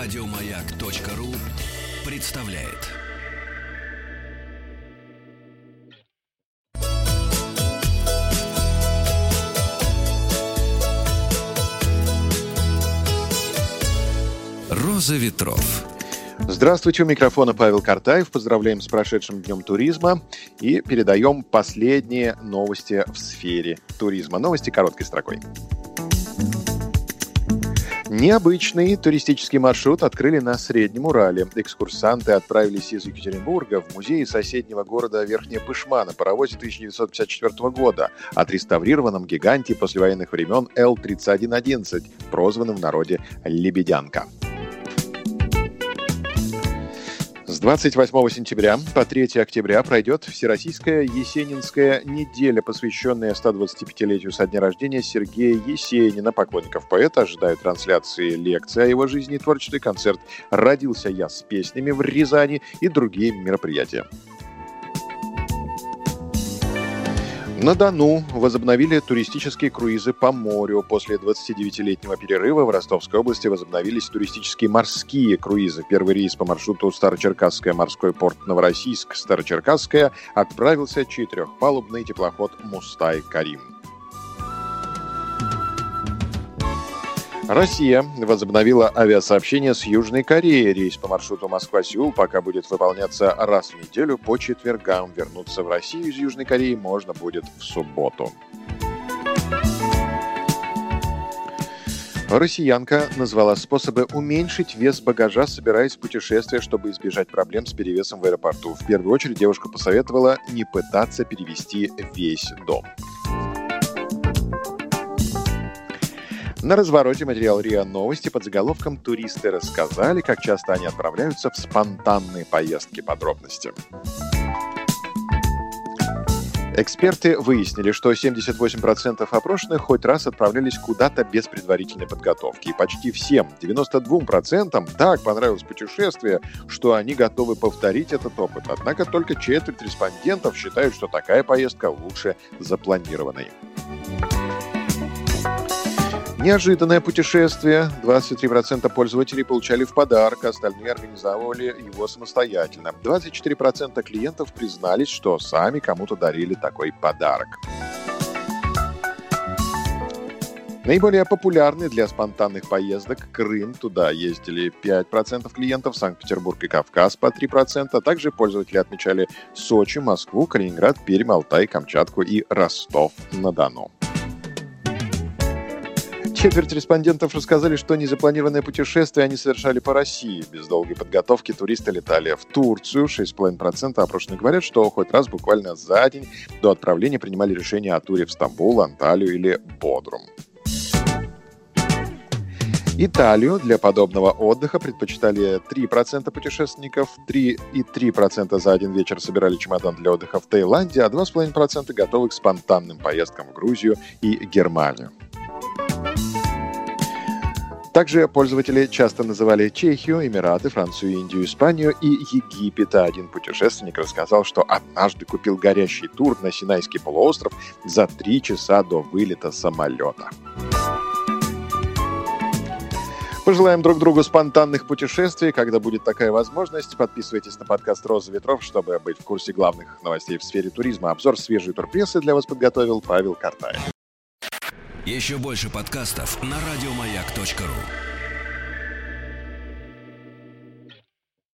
Радиомаяк.ру представляет. Роза ветров. Здравствуйте, у микрофона Павел Картаев. Поздравляем с прошедшим Днем туризма и передаем последние новости в сфере туризма. Новости короткой строкой. Необычный туристический маршрут открыли на Среднем Урале. Экскурсанты отправились из Екатеринбурга в музей соседнего города Верхняя Пышма на паровозе 1954 года, отреставрированном гиганте послевоенных времен Л-3111, прозванном в народе «Лебедянка». С 28 сентября по 3 октября пройдет Всероссийская Есенинская неделя, посвященная 125-летию со дня рождения Сергея Есенина. Поклонников поэта ожидают трансляции лекций о его жизни и творчестве, концерт «Родился я с песнями» в Рязани и другие мероприятия. На Дону возобновили туристические круизы по морю. После 29-летнего перерыва в Ростовской области возобновились туристические морские круизы. Первый рейс по маршруту Старочеркасская, морской порт Новороссийск, Старочеркасская отправился четырехпалубный теплоход «Мустай-Карим». Россия возобновила авиасообщение с Южной Кореей. Рейс по маршруту Москва-Сеул пока будет выполняться раз в неделю по четвергам. Вернуться в Россию из Южной Кореи можно будет в субботу. Россиянка назвала способы уменьшить вес багажа, собираясь в путешествие, чтобы избежать проблем с перевесом в аэропорту. В первую очередь девушка посоветовала не пытаться перевезти весь дом. На развороте материал РИА Новости под заголовком «Туристы рассказали, как часто они отправляются в спонтанные поездки». Подробности. Эксперты выяснили, что 78% опрошенных хоть раз отправлялись куда-то без предварительной подготовки. И почти всем, 92%, так понравилось путешествие, что они готовы повторить этот опыт. Однако только четверть респондентов считают, что такая поездка лучше запланированной. Неожиданное путешествие. 23% пользователей получали в подарок, остальные организовывали его самостоятельно. 24% клиентов признались, что сами кому-то дарили такой подарок. Наиболее популярны для спонтанных поездок Крым. Туда ездили 5% клиентов, Санкт-Петербург и Кавказ по 3%. Также пользователи отмечали Сочи, Москву, Калининград, Пермь, Алтай, Камчатку и Ростов-на-Дону. Четверть респондентов рассказали, что незапланированное путешествие они совершали по России. Без долгой подготовки туристы летали в Турцию. 6,5% опрошенных говорят, что хоть раз буквально за день до отправления принимали решение о туре в Стамбул, Анталию или Бодрум. Италию для подобного отдыха предпочитали 3% путешественников, 3,3% за один вечер собирали чемодан для отдыха в Таиланде, а 2,5% готовы к спонтанным поездкам в Грузию и Германию. Также пользователи часто называли Чехию, Эмираты, Францию, Индию, Испанию и Египет. Один путешественник рассказал, что однажды купил горящий тур на Синайский полуостров за 3 часа до вылета самолета. Пожелаем друг другу спонтанных путешествий, когда будет такая возможность. Подписывайтесь на подкаст «Роза ветров», чтобы быть в курсе главных новостей в сфере туризма. Обзор свежей турпрессы для вас подготовил Павел Картаев. Еще больше подкастов на радиомаяк.ру.